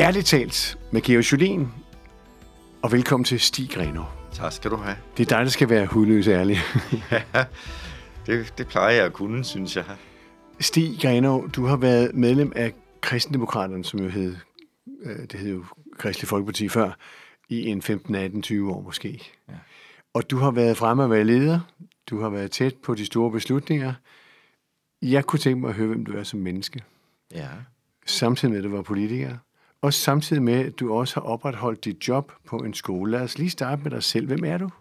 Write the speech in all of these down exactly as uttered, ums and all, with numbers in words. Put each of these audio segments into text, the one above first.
Ærligt talt med Georg Jolin, og velkommen til Stig Grenaa. Tak skal du have. Det er dig, der skal være hudløs ærlig. Ja, det, det plejer jeg at kunne, synes jeg. Stig Grenaa, du har været medlem af Kristendemokraterne, som jo hed, det hed jo Kristelig Folkeparti før, i en femten, atten, tyve år måske. Ja. Og du har været fremme at være leder. Du har været tæt på de store beslutninger. Jeg kunne tænke mig at høre, hvem du er som menneske. Ja. Samtidig med, at du var politiker. Og samtidig med, at du også har opretholdt dit job på en skole. Lad os lige starte med dig selv. Hvem er du?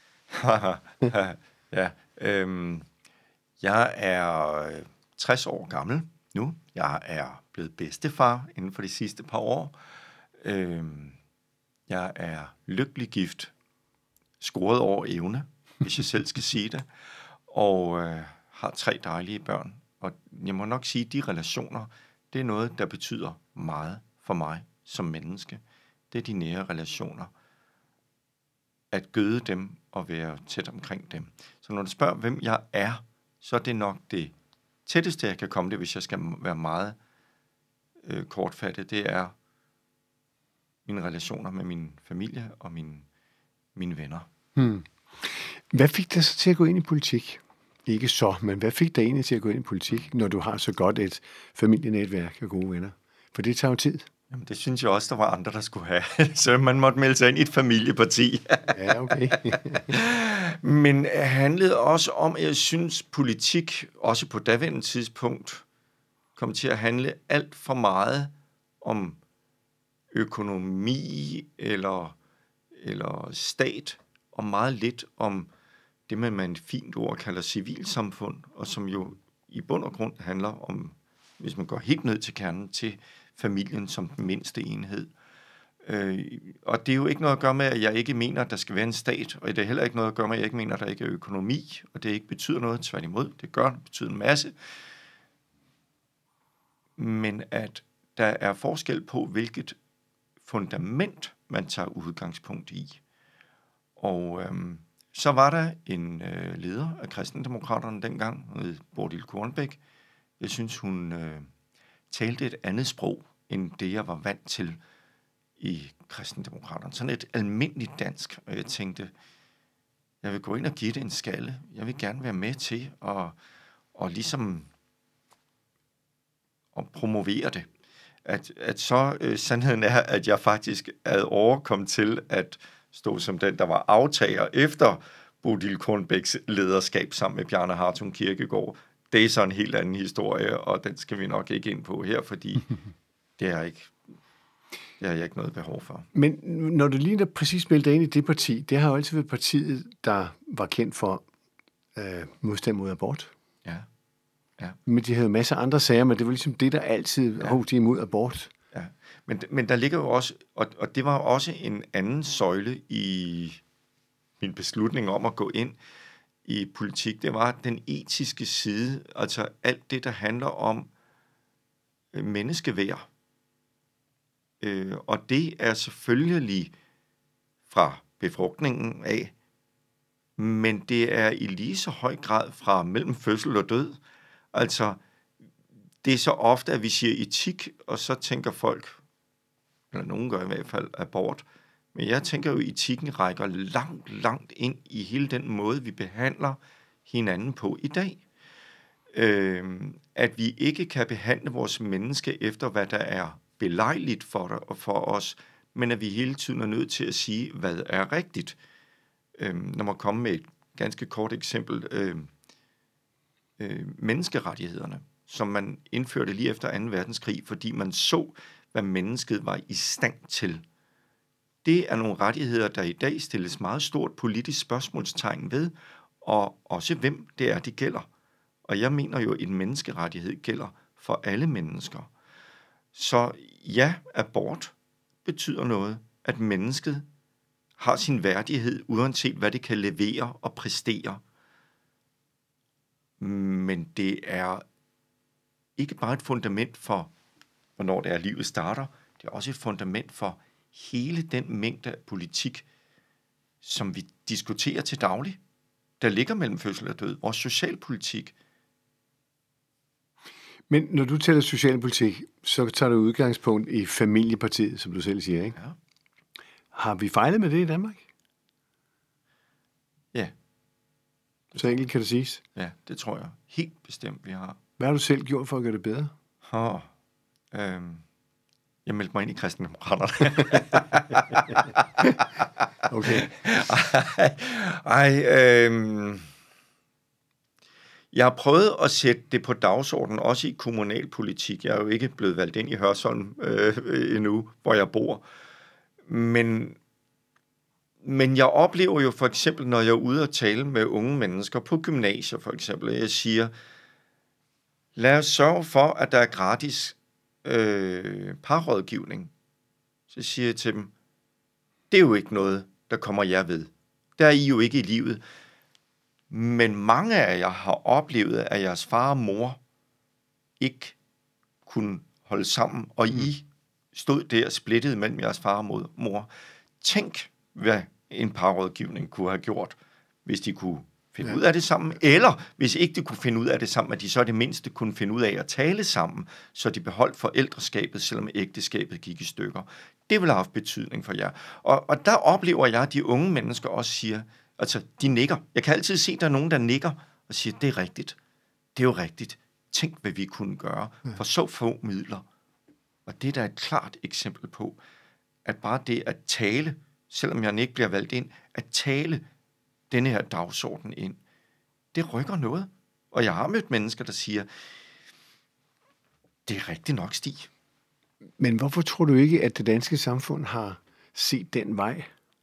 ja, øhm, jeg er tres år gammel nu. Jeg er blevet bedstefar inden for de sidste par år. Øhm, jeg er lykkelig gift, scoret over evne, hvis jeg selv skal sige det, og øh, har tre dejlige børn. Og jeg må nok sige, at de relationer, det er noget, der betyder meget for mig som menneske. Det er de nære relationer. At gøde dem og være tæt omkring dem. Så når du spørger, hvem jeg er, så er det nok det tætteste, jeg kan komme det, hvis jeg skal være meget øh, kortfattet. Det er mine relationer med min familie og mine, mine venner. Hmm. Hvad fik dig så til at gå ind i politik? Ikke så, men hvad fik dig egentlig til at gå ind i politik, når du har så godt et familienetværk og gode venner? For det tager jo tid. Jamen, det synes jeg også, der var andre, der skulle have. Så man måtte melde sig ind i et familieparti. Ja, okay. Men det handlede også om, at jeg synes, politik, også på daværende tidspunkt, kom til at handle alt for meget om økonomi eller, eller stat, og meget lidt om det, man med et fint ord kalder civilsamfund, og som jo i bund og grund handler om, hvis man går helt ned til kernen, til familien som den mindste enhed. Øh, og det er jo ikke noget at gøre med, at jeg ikke mener, at der skal være en stat, og det er heller ikke noget at gøre med, at jeg ikke mener, at der ikke er økonomi, og det ikke betyder noget, tværtimod. Det gør, det betyder en masse. Men at der er forskel på, hvilket fundament man tager udgangspunkt i. Og øhm, så var der en øh, leder af Kristendemokraterne dengang, Bodil Kornbæk. Jeg synes, hun øh, talte et andet sprog, end det, jeg var vant til i Kristendemokraterne. Sådan et almindeligt dansk, og jeg tænkte, jeg vil gå ind og give det en skalle. Jeg vil gerne være med til at, og ligesom at promovere det. At, at så øh, sandheden er, at jeg faktisk ad år kom til at stå som den, der var aftager efter Bodil Kornbæks lederskab sammen med Bjarne Hartung Kirkegaard. Det er så en helt anden historie, og den skal vi nok ikke ind på her, fordi det er ikke, det har jeg ikke noget behov for. Men når du lige der præcis meldte ind i det parti, det har jo altid været partiet, der var kendt for øh, modstand mod abort. Ja. Ja. Men de havde masser af andre sager, men det var ligesom det, der altid, ja. oh, de er imod abort. Ja, men, men der ligger jo også, og, og det var også en anden søjle i min beslutning om at gå ind i politik, det var den etiske side, altså alt det, der handler om øh, menneskeværd. Øh, og det er selvfølgelig fra befrugtningen af, men det er i lige så høj grad fra mellem fødsel og død. Altså, det er så ofte, at vi siger etik, og så tænker folk, eller nogen gør i hvert fald, abort. Men jeg tænker jo, at etikken rækker langt, langt ind i hele den måde, vi behandler hinanden på i dag. Øh, at vi ikke kan behandle vores menneske efter, hvad der er belejligt for, dig og for os, men at vi hele tiden er nødt til at sige, hvad er rigtigt. Øh, når man kommer med et ganske kort eksempel, øh, øh, menneskerettighederne, som man indførte lige efter anden verdenskrig, fordi man så, hvad mennesket var i stand til. Det er nogle rettigheder, der i dag stilles meget stort politisk spørgsmålstegn ved, og også hvem det er, de gælder. Og jeg mener jo, at en menneskerettighed gælder for alle mennesker. Så ja, abort betyder noget, at mennesket har sin værdighed, uanset hvad det kan levere og præstere. Men det er ikke bare et fundament for, hvornår det er, livet starter. Det er også et fundament for hele den mængde af politik, som vi diskuterer til daglig, der ligger mellem fødsel og død. Vores socialpolitik. Men når du taler socialpolitik, så tager du udgangspunkt i familiepartiet, som du selv siger, ikke? Ja. Har vi fejlet med det i Danmark? Ja. Så enkelt kan det siges. Ja, det tror jeg helt bestemt, vi har. Hvad har du selv gjort for at gøre det bedre? Oh, øhm, jeg meldte mig ind i Kristendemokraterne. Okay. Ej, øhm, jeg har prøvet at sætte det på dagsordenen, også i kommunalpolitik. Jeg er jo ikke blevet valgt ind i Hørsholm øh, endnu, hvor jeg bor. Men, men jeg oplever jo for eksempel, når jeg er ude og tale med unge mennesker på gymnasier for eksempel, jeg siger, lad os sørge for, at der er gratis øh, parrådgivning. Så siger jeg til dem, det er jo ikke noget, der kommer jer ved. Der er I jo ikke i livet. Men mange af jer har oplevet, at jeres far og mor ikke kunne holde sammen, og mm. I stod der splittet mellem jeres far og mor. Tænk, hvad en parrådgivning kunne have gjort, hvis de kunne finde ja. ud af det sammen, eller hvis ikke de kunne finde ud af det sammen, at de så det mindste kunne finde ud af at tale sammen, så de beholdt forældreskabet, selvom ægteskabet gik i stykker. Det ville have haft betydning for jer. Og, og der oplever jeg, at de unge mennesker også siger, altså de nikker. Jeg kan altid se, at der er nogen, der nikker og siger, det er rigtigt. Det er jo rigtigt. Tænk, hvad vi kunne gøre for så få midler. Og det er da et klart eksempel på, at bare det at tale, selvom jeg ikke bliver valgt ind, at tale denne her dagsorden ind, det rykker noget. Og jeg har mødt mennesker, der siger, det er rigtigt nok, Stig. Men hvorfor tror du ikke, at det danske samfund har set den vej?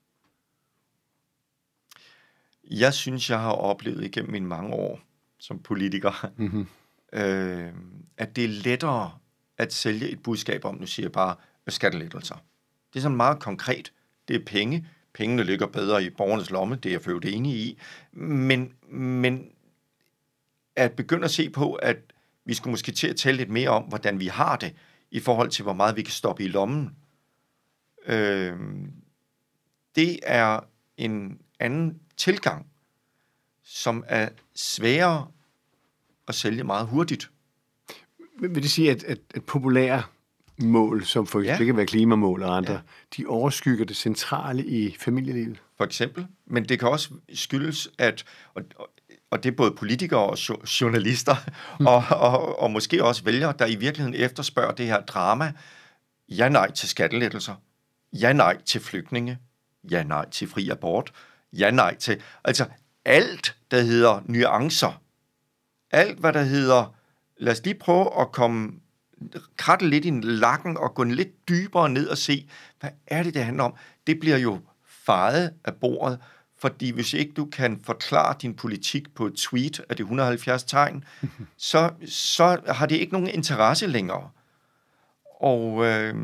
Jeg synes, jeg har oplevet igennem mine mange år som politiker, mm-hmm. øh, at det er lettere at sælge et budskab om, nu siger jeg bare, skattelettelser. Det er sådan meget konkret. Det er penge. Pengene ligger bedre i borgernes lomme, det er jeg født enig i. Men, men at begynde at se på, at vi skulle måske til at tale lidt mere om, hvordan vi har det, i forhold til, hvor meget vi kan stoppe i lommen. Øh, det er en anden tilgang, som er sværere at sælge meget hurtigt. Vil det sige, at, at, at populære mål, som for eksempel ja. kan være klimamål og andre, ja. de overskygger det centrale i familielivet? For eksempel. Men det kan også skyldes, at, og, og det er både politikere og journalister, mm. og, og, og måske også vælgere, der i virkeligheden efterspørger det her drama. Ja, nej til skattelettelser. Ja, nej til flygtninge. Ja, nej til fri abort. Ja, nej til... Altså, alt, der hedder nuancer. Alt, hvad der hedder... Lad os lige prøve at komme... kratte lidt i lakken og gå lidt dybere ned og se, hvad er det, det handler om? Det bliver jo fejet af bordet, fordi hvis ikke du kan forklare din politik på et tweet af det et hundrede og halvfjerds tegn, så, så har det ikke nogen interesse længere. Og... Øh...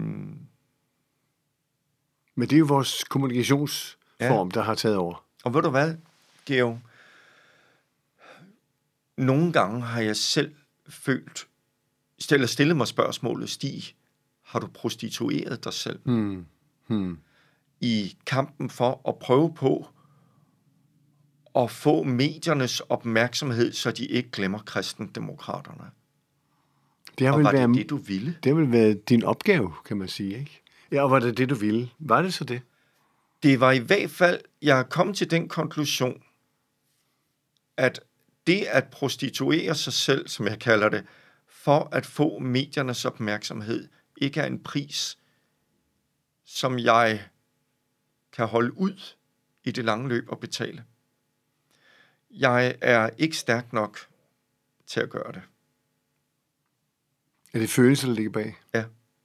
Men det er jo vores kommunikationsform, ja. der har taget over. Og ved du hvad, Georg? Nogle gange har jeg selv følt, eller stillet mig spørgsmålet, Stig, har du prostitueret dig selv? Hmm. Hmm. I kampen for at prøve på at få mediernes opmærksomhed, så de ikke glemmer kristendemokraterne. Det har og vel var været, det det, du ville? Det har vel været din opgave, kan man sige, ikke? Ja, og var det det, du ville? Var det så det? Det var i hvert fald, jeg er kommet til den konklusion, at det at prostituere sig selv, som jeg kalder det, for at få mediernes opmærksomhed, ikke er en pris, som jeg kan holde ud i det lange løb og betale. Jeg er ikke stærk nok til at gøre det. Er det følelser, der ligger bag? Ja.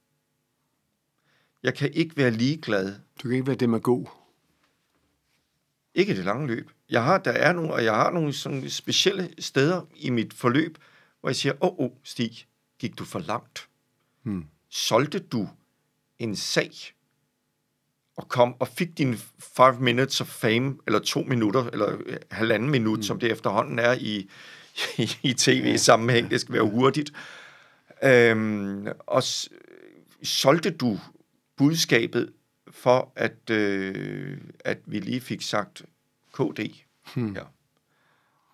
Jeg kan ikke være ligeglad. Du kan ikke være demagog? Ikke i det lange løb. Jeg har, der er nogle, og jeg har nogle sådan specielle steder i mit forløb, hvor jeg siger, åh, oh, oh, Stig, gik du for langt? Hmm. Solgte du en sag, og kom og fik din five minutes of fame, eller to minutter, eller halvanden minut, hmm. som det efterhånden er i, i, i tv-sammenhæng, det skal være hurtigt. Øhm, og s- solgte du budskabet for, at, øh, at vi lige fik sagt K D. Hmm. Ja.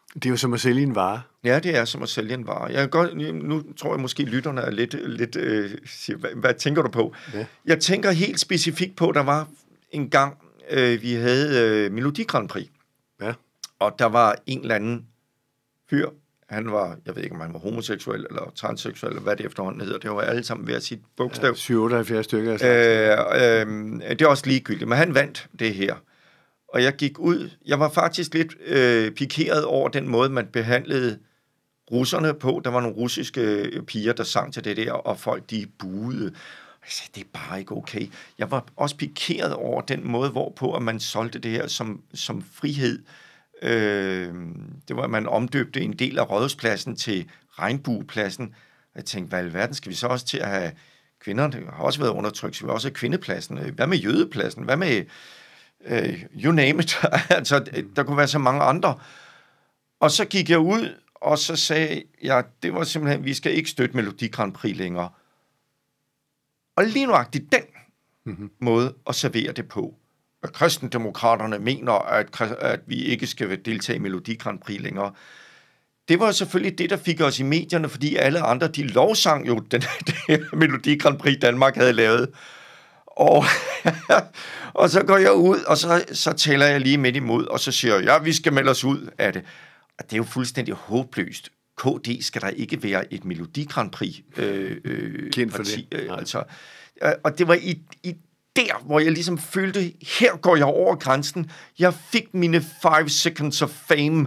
Det er jo som at sælge en vare. Ja, det er som at sælge en vare. Jeg godt, nu tror jeg måske, lytterne er lidt... lidt øh, siger, hvad, hvad tænker du på? Ja. Jeg tænker helt specifikt på, der var en gang, øh, vi havde øh, Melodi Grand Prix. Ja. Og der var en eller anden fyr. Han var, jeg ved ikke, om han var homoseksuel eller transseksuel, eller hvad det efterhånden hedder. Det var alle sammen ved at sige bogstav. Ja, syv otteoghalvfjerds stykker. Øh, øh, det er også ligegyldigt, men han vandt det her. Og jeg gik ud. Jeg var faktisk lidt øh, pikeret over den måde, man behandlede russerne på. Der var nogle russiske piger, der sang til det der, og folk, de buede. Jeg sagde, det er bare ikke okay. Jeg var også pikeret over den måde, hvorpå at man solgte det her som, som frihed. Øh, det var, at man omdøbte en del af Rådhuspladsen til Regnbuepladsen. Jeg tænkte, hvad i alverden skal vi så også til at have kvinderne? Det har også været undertrykt. Skal vi også have kvindepladsen? Hvad med jødepladsen? Hvad med... Uh, you name it. Altså, der kunne være så mange andre. Og så gik jeg ud, og så sagde jeg, det var simpelthen, vi skal ikke støtte Melodi Grand Prix længere. Og lige nuagtigt den mm-hmm. måde at servere det på. At kristendemokraterne mener, at, at vi ikke skal deltage i Melodi Grand Prix længere. Det var selvfølgelig det, der fik os i medierne, fordi alle andre, de lovsang jo den, den Melodi Grand Prix Danmark havde lavet. Og, og så går jeg ud, og så, så tæller jeg lige midt imod, og så siger jeg, ja, vi skal melde os ud af det. Og det er jo fuldstændig håbløst. K D skal der ikke være et Melodi Grand Prix øh, øh, parti. Øh, altså. Og det var i, i der, hvor jeg ligesom følte, her går jeg over grænsen. Jeg fik mine five seconds of fame.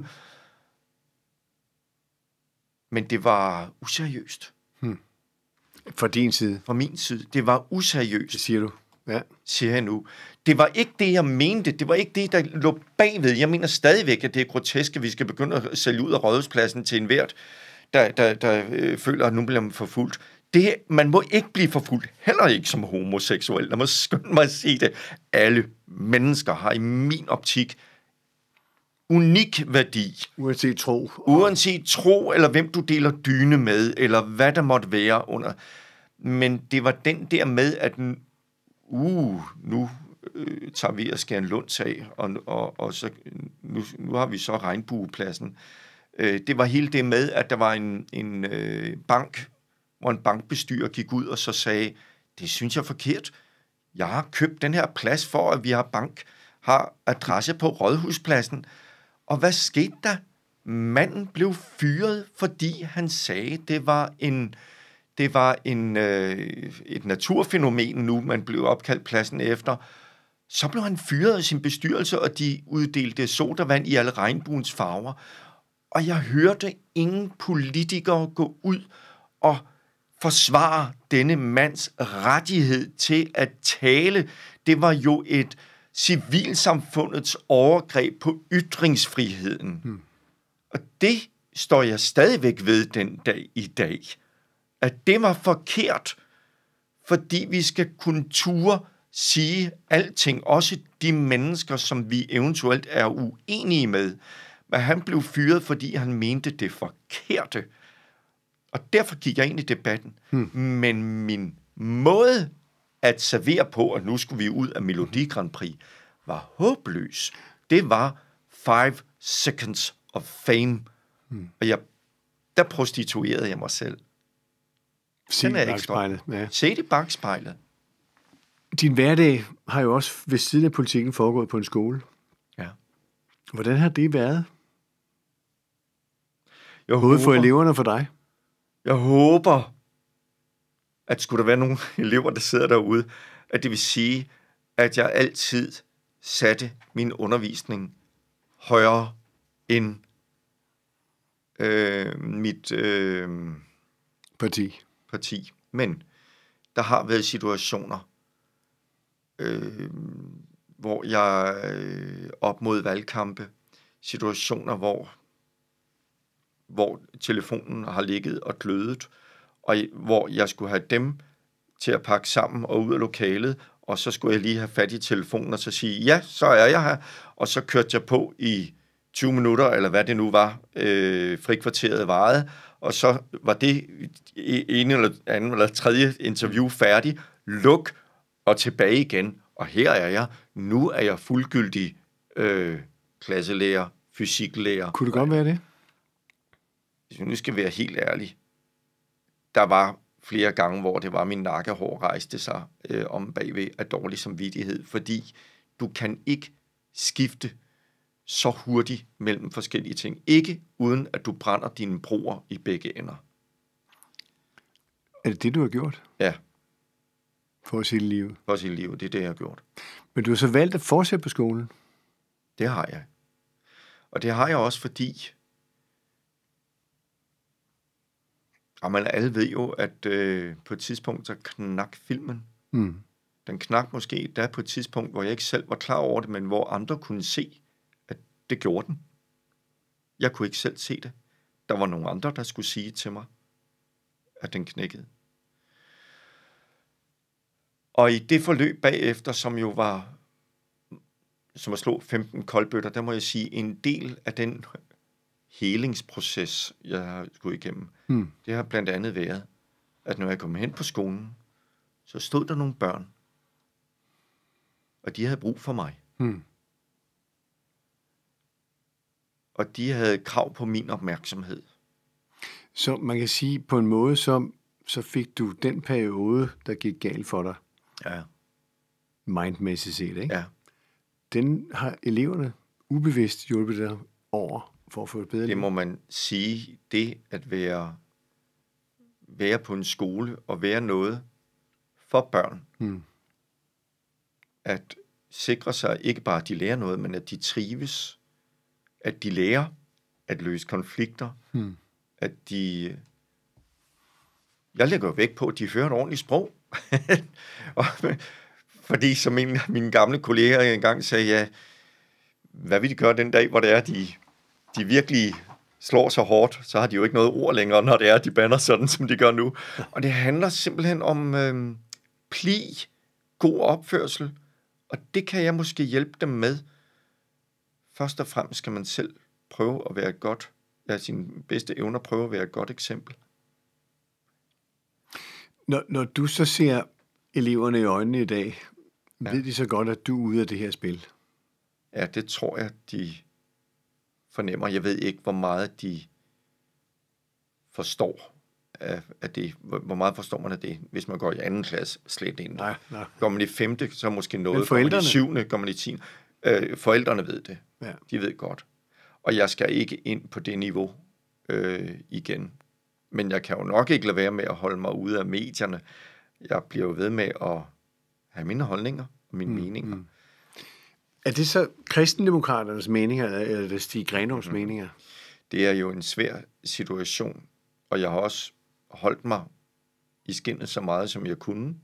Men det var useriøst. Hmm. Fra din side? Fra min side. Det var useriøst. Det siger du. Ja. Siger jeg nu. Det var ikke det, jeg mente. Det var ikke det, der lå bagved. Jeg mener stadigvæk, at det er grotesk, at vi skal begynde at sælge ud af Rådhuspladsen til enhver, der, der, der øh, føler, at nu bliver man forfulgt. Det, man må ikke blive forfulgt. Heller ikke som homoseksuel. Der må skynde mig at sige det. Alle mennesker har i min optik unik værdi. Uanset tro. Uanset tro, eller hvem du deler dyne med, eller hvad der måtte være under. Men det var den der med, at uh, nu øh, tager vi og skærer en lunds af, og, og, og så, nu, nu har vi så Regnbuepladsen. Øh, det var hele det med, at der var en, en øh, bank, hvor en bankbestyrer gik ud og så sagde, det synes jeg er forkert. Jeg har købt den her plads for, at vi har bank, har adresse på Rådhuspladsen. Og hvad skete der? Manden blev fyret, fordi han sagde, det var en, det var en, øh, et naturfænomen nu, man blev opkaldt pladsen efter. Så blev han fyret af sin bestyrelse, og de uddelte sodavand i alle regnbuens farver. Og jeg hørte ingen politikere gå ud og forsvare denne mands rettighed til at tale. Det var jo et civilsamfundets overgreb på ytringsfriheden. Hmm. Og det står jeg stadigvæk ved den dag i dag. At det var forkert, fordi vi skal kunne ture sige alting, også de mennesker, som vi eventuelt er uenige med. Men han blev fyret, fordi han mente det forkerte. Og derfor gik jeg ind i debatten. Hmm. Men min måde at servere på, at nu skulle vi ud af Melodi Grand Prix, var håbløs. Det var five seconds of fame. Hmm. Og jeg, der prostituerede jeg mig selv. Se i bagspejlet. Ja. Se det i bagspejlet. Din hverdag har jo også ved siden af politikken foregået på en skole. Ja. Hvordan har det været? Jeg Både håber, for eleverne og for dig? Jeg håber, at skulle der være nogle elever, der sidder derude, at det vil sige, at jeg altid satte min undervisning højere end øh, mit øh, parti. parti. Men der har været situationer, øh, hvor jeg øh, op mod valgkampe, situationer, hvor, hvor telefonen har ligget og glødet, og hvor jeg skulle have dem til at pakke sammen og ud af lokalet, og så skulle jeg lige have fat i telefonen og så sige, ja, så er jeg her, og så kørte jeg på i tyve minutter, eller hvad det nu var, øh, frikvarteret varede, og så var det ene eller anden eller tredje interview færdig, luk og tilbage igen, og her er jeg, nu er jeg fuldgyldig øh, klasselærer, fysiklærer. Kunne det godt være det? hvis vi nu skal være helt ærlig, der var flere gange, hvor det var, min nakkehår rejste sig øh, om bagved af dårlig samvittighed, fordi du kan ikke skifte så hurtigt mellem forskellige ting. Ikke uden, at du brænder dine broer i begge ender. Er det det, du har gjort? Ja. For at sige livet? For at sige livet, det er det, jeg har gjort. Men du har så valgt at fortsætte på skolen? Det har jeg. Og det har jeg også, fordi jamen, alle ved jo, at øh, på et tidspunkt, så knak filmen. Mm. Den knak måske der på et tidspunkt, hvor jeg ikke selv var klar over det, men hvor andre kunne se, at det gjorde den. Jeg kunne ikke selv se det. Der var nogle andre, der skulle sige til mig, at den knækkede. Og i det forløb bagefter, som jo var, som at slå femten koldbøtter, der må jeg sige, en del af den helingsproces, jeg har gået igennem, mm. det har blandt andet været, at når jeg kom hen på skolen, så stod der nogle børn, og de havde brug for mig. Mm. Og de havde krav på min opmærksomhed. Så man kan sige på en måde, så, så fik du den periode, der gik galt for dig. Ja. Mindmæssigt set, ikke? Ja. Den har eleverne ubevidst hjulpet dig over for at få et bedre liv. Det må man sige, det at være, være på en skole og være noget for børn. Hmm. At sikre sig ikke bare, at de lærer noget, men at de trives. At de lærer at løse konflikter. Hmm. At de... Jeg lægger jo vægt på, at de fører et ordentligt sprog. og, fordi som en af mine gamle kolleger engang sagde, ja, hvad vil de gøre den dag, hvor det er, de, de virkelig slår så hårdt, så har de jo ikke noget ord længere, når det er, de bander sådan, som de gør nu. Og det handler simpelthen om øh, pli, god opførsel, og det kan jeg måske hjælpe dem med. Først og fremmest skal man selv prøve at være et godt, ja, sine bedste evner prøve at være et godt eksempel. Når, når du så ser eleverne i øjnene i dag, ja. ved de så godt, at du er ude af det her spil? Ja, det tror jeg, de fornemmer. Jeg ved ikke, hvor meget de forstår af, af det. Hvor meget forstår man af det, hvis man går i anden klasse slet ind. Nej, nej. Går man i femte, så måske noget. Går man i syvende, går man i tiende. Øh, forældrene ved det. Ja. De ved godt. Og jeg skal ikke ind på det niveau øh, igen. Men jeg kan jo nok ikke lade være med at holde mig ude af medierne. Jeg bliver jo ved med at have mine holdninger og mine mm, meninger. Mm. Er det så kristendemokraternes meninger, eller er det Stig Grenaa's mm. meninger? Det er jo en svær situation, og jeg har også holdt mig i skindet så meget, som jeg kunne.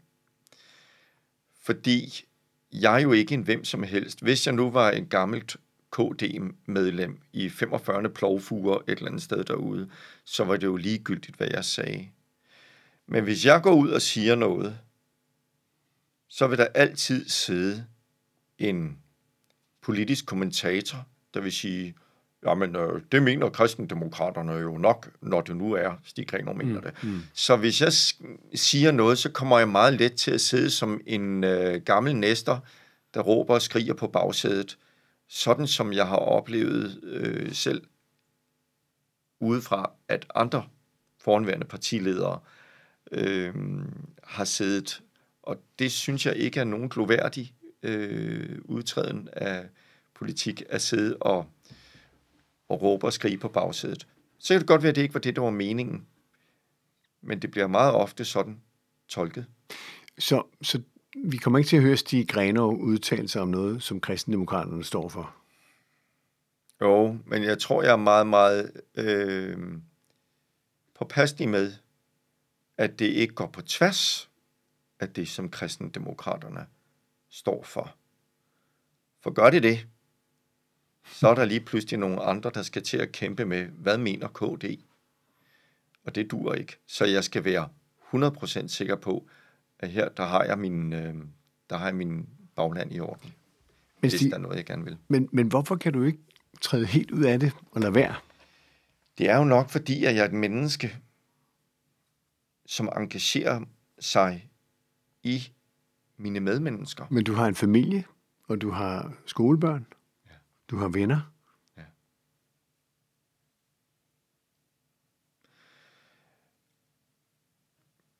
Fordi jeg er jo ikke en hvem som helst. Hvis jeg nu var en gammelt K D-medlem i femogfyrre plovfuger et eller andet sted derude, så var det jo ligegyldigt, hvad jeg sagde. Men hvis jeg går ud og siger noget, så vil der altid sidde en politisk kommentator, der vil sige, jamen øh, det mener kristendemokraterne jo nok, når det nu er, Stig Grenaa mener det. Mm, mm. Så hvis jeg siger noget, så kommer jeg meget let til at sidde som en øh, gammel næster, der råber og skriger på bagsædet, sådan som jeg har oplevet øh, selv udefra, at andre foranværende partiledere øh, har siddet. Og det synes jeg ikke er nogen gloværdig øh, udtræden af politik, at sidde og, og råbe og skrige på bagsædet. Så kan det godt være, at det ikke var det, der var meningen. Men det bliver meget ofte sådan tolket. Så, så vi kommer ikke til at høre Stig Grenaa udtale sig om noget, som kristendemokraterne står for? Jo, men jeg tror, jeg er meget, meget øh, påpasselig med, at det ikke går på tværs af det, som kristendemokraterne står for. For gør det det, så er der lige pludselig nogle andre, der skal til at kæmpe med, hvad mener K D? Og det duer ikke. Så jeg skal være hundrede procent sikker på, at her, der har jeg min, øh, der har jeg min bagland i orden. Men hvis der er noget, jeg gerne vil. Men, men hvorfor kan du ikke træde helt ud af det og lade være? Det er jo nok, fordi at jeg er et menneske, som engagerer sig i mine medmennesker. Men du har en familie, og du har skolebørn, ja. Du har venner. Ja.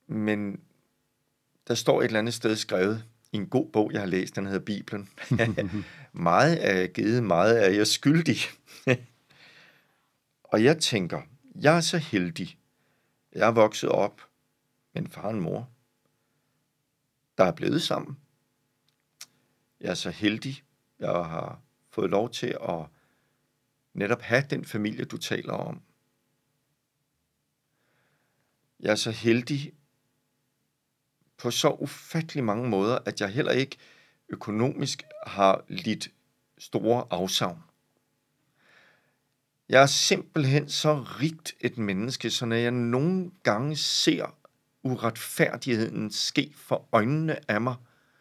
Men der står et eller andet sted skrevet i en god bog, jeg har læst, den hedder Bibelen. Meget er jeg givet, meget er jeg skyldig. Og jeg tænker, jeg er så heldig. Jeg er vokset op med en far og en mor, der er blevet sammen. Jeg er så heldig, jeg har fået lov til at netop have den familie, du taler om. Jeg er så heldig på så ufattelig mange måder, at jeg heller ikke økonomisk har lidt store afsavn. Jeg er simpelthen så rigt et menneske, så når jeg nogle gange ser uretfærdigheden ske for øjnene af mig,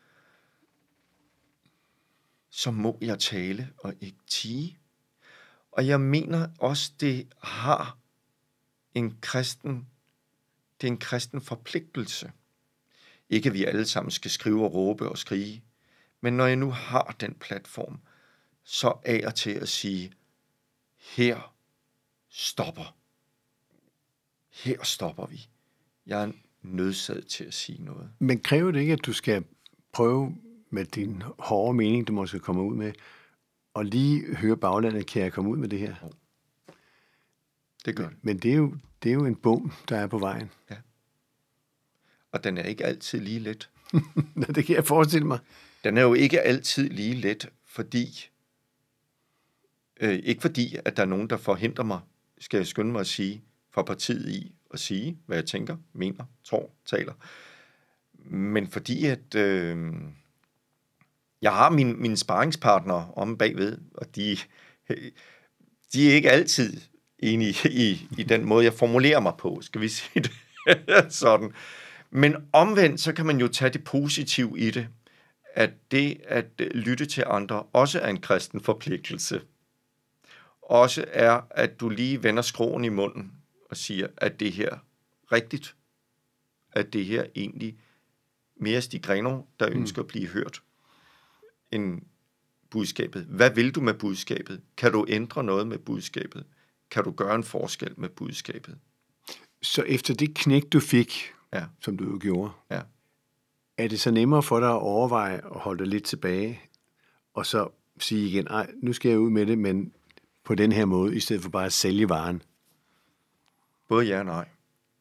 så må jeg tale og ikke tie. Og jeg mener også, det har en kristen, det er en kristen forpligtelse. Ikke at vi alle sammen skal skrive og råbe og skrige, men når jeg nu har den platform, så af og til at sige, her stopper. Her stopper vi. Jeg er nødsaget til at sige noget. Men kræver det ikke, at du skal prøve med din hårde mening, du måske komme ud med, og lige høre baglandet, kan jeg komme ud med det her? Oh. Det gør det. Men det er, jo, det er jo en bom, der er på vejen. Ja. Og den er ikke altid lige let. Det kan jeg forestille mig. Den er jo ikke altid lige let, fordi øh, ikke fordi, at der er nogen, der forhindrer mig, skal jeg skynde mig at sige, fra partiet i at sige, hvad jeg tænker, mener, tror, taler. Men fordi, at øh, jeg har mine, mine sparringspartnere om bagved, og de, de er ikke altid enige i, i den måde, jeg formulerer mig på, skal vi sige det sådan. Men omvendt, så kan man jo tage det positive i det, at det at lytte til andre også er en kristen forpligtelse. Også er, at du lige vender skroen i munden og siger, at det her rigtigt, at det her egentlig mere Stig Grenaa, der ønsker mm. at blive hørt, end budskabet. Hvad vil du med budskabet? Kan du ændre noget med budskabet? Kan du gøre en forskel med budskabet? Så efter det knæk, du fik, ja. som du jo gjorde, ja. er det så nemmere for dig at overveje at holde dig lidt tilbage, og så sige igen, nej, nu skal jeg ud med det, men på den her måde, i stedet for bare at sælge varen? Både ja og nej.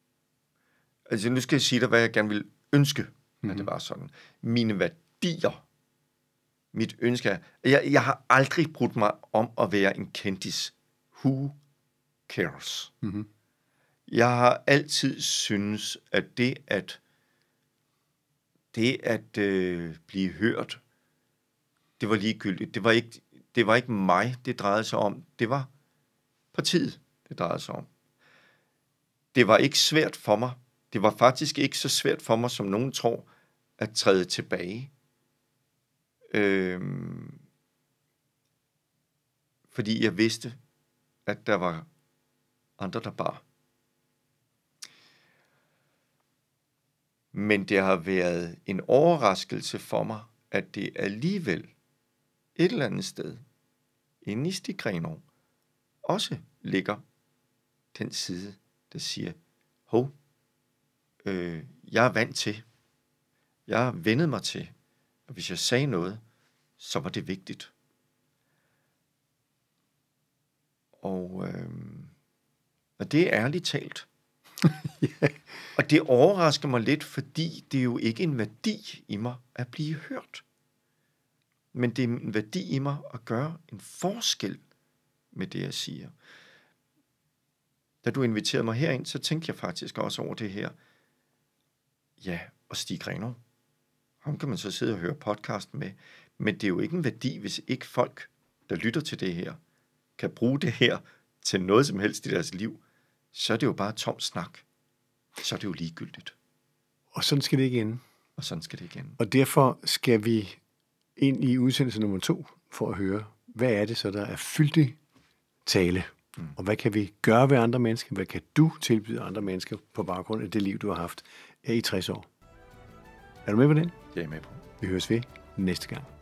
Altså, nu skal jeg sige dig, hvad jeg gerne vil ønske, mm-hmm. at det var sådan. Mine værdier, mit ønske er, jeg, jeg har aldrig brudt mig om at være en kendis. Who cares? Mm-hmm. Jeg har altid synes, at det at, det at øh, blive hørt, det var ligegyldigt. Det var, ikke, det var ikke mig, det drejede sig om. Det var partiet, det drejede sig om. Det var ikke svært for mig. Det var faktisk ikke så svært for mig, som nogen tror, at træde tilbage. Øhm, fordi jeg vidste, at der var andre, der bar. Men det har været en overraskelse for mig, at det alligevel et eller andet sted, inde i Stig Grenaa, også ligger den side, der siger, hov, øh, jeg er vant til, jeg har vendet mig til, og hvis jeg sagde noget, så var det vigtigt. Og, øh, og det er ærligt talt. yeah. Og det overrasker mig lidt, fordi det er jo ikke en værdi i mig at blive hørt. Men det er en værdi i mig at gøre en forskel med det, jeg siger. Da du inviterede mig herind, så tænkte jeg faktisk også over det her. Ja, og Stig Grenaa, ham kan man så sidde og høre podcasten med. Men det er jo ikke en værdi, hvis ikke folk, der lytter til det her, kan bruge det her til noget som helst i deres liv. Så er det jo bare tom snak. Så er det jo ligegyldigt. Og sådan skal det ikke ende. Og sådan skal det ikke ende. Og derfor skal vi ind i udsendelse nummer to for at høre, hvad er det så, der er fyldig tale? Mm. Og hvad kan vi gøre ved andre mennesker? Hvad kan du tilbyde andre mennesker på baggrund af det liv, du har haft i tres år? Er du med på den? Jeg er med på. Vi høres ved næste gang.